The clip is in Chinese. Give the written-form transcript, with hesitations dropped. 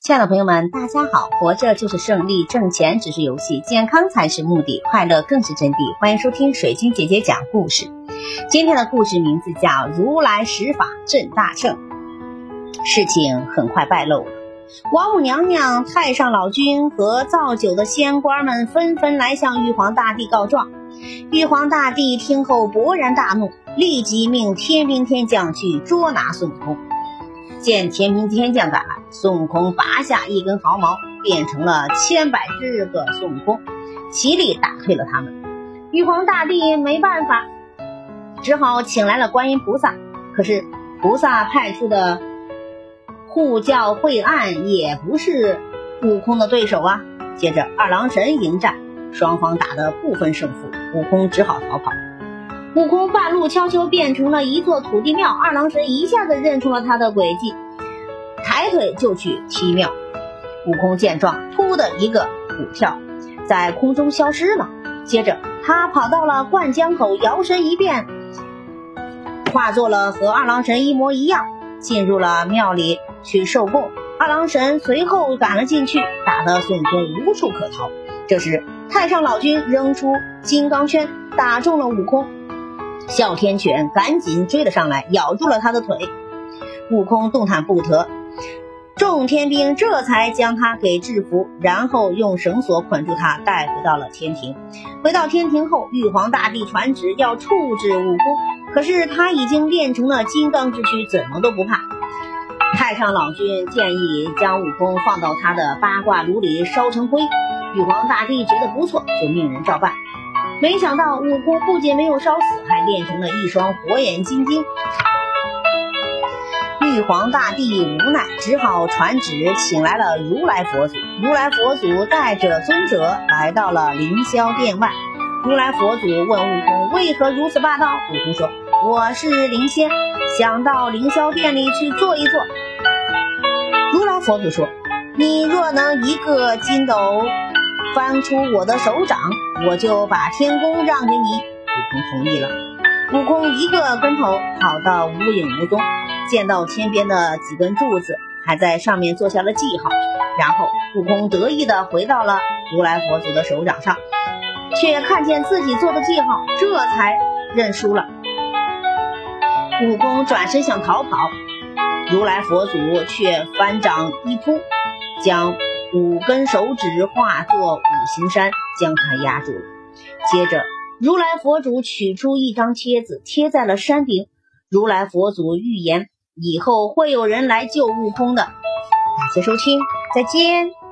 亲爱的朋友们，大家好！活着就是胜利，挣钱只是游戏，健康才是目的，快乐更是真谛。欢迎收听水晶姐姐讲故事。今天的故事名字叫如来十法镇大圣。事情很快败露了，王母娘娘、太上老君和造酒的仙官们纷纷来向玉皇大帝告状。玉皇大帝听后勃然大怒，立即命天兵天将去捉拿孙悟空。见天兵天将赶来，孙悟空拔下一根毫毛，变成了千百只个孙悟空，齐力打退了他们。玉皇大帝没办法，只好请来了观音菩萨。可是菩萨派出的护教慧岸也不是悟空的对手啊。接着二郎神迎战，双方打得不分胜负，悟空只好逃跑。悟空半路悄悄变成了一座土地庙，二郎神一下子认出了他的诡计，抬腿就去踢庙。悟空见状，突的一个虎跳，在空中消失了。接着他跑到了灌江口，摇身一变，化作了和二郎神一模一样，进入了庙里去受供。二郎神随后赶了进去，打得孙悟空无处可逃。这时太上老君扔出金刚圈，打中了悟空。哮天犬赶紧追了上来，咬住了他的腿。悟空动弹不得，众天兵这才将他给制服，然后用绳索捆住他，带回到了天庭。回到天庭后，玉皇大帝传旨要处置悟空，可是他已经练成了金刚之躯，怎么都不怕。太上老君建议将悟空放到他的八卦炉里烧成灰，玉皇大帝觉得不错，就命人照办。没想到悟空不仅没有烧死，还练成了一双火眼金睛。玉皇大帝无奈，只好传旨请来了如来佛祖。如来佛祖带着尊者来到了凌霄殿外。如来佛祖问悟空为何如此霸道。悟空说，我是灵仙，想到凌霄殿里去坐一坐。如来佛祖说，你若能一个筋斗翻出我的手掌，我就把天宫让给你。悟空同意了。悟空一个跟头跑到无影无踪，见到天边的几根柱子，还在上面做下了记号。然后悟空得意地回到了如来佛祖的手掌上，却看见自己做的记号，这才认输了。悟空转身想逃跑，如来佛祖却翻掌一扑，将5根手指化作5行山，将他压住了。接着如来佛祖取出一张帖子，贴在了山顶。如来佛祖预言以后会有人来救悟空的。感谢收听，再见。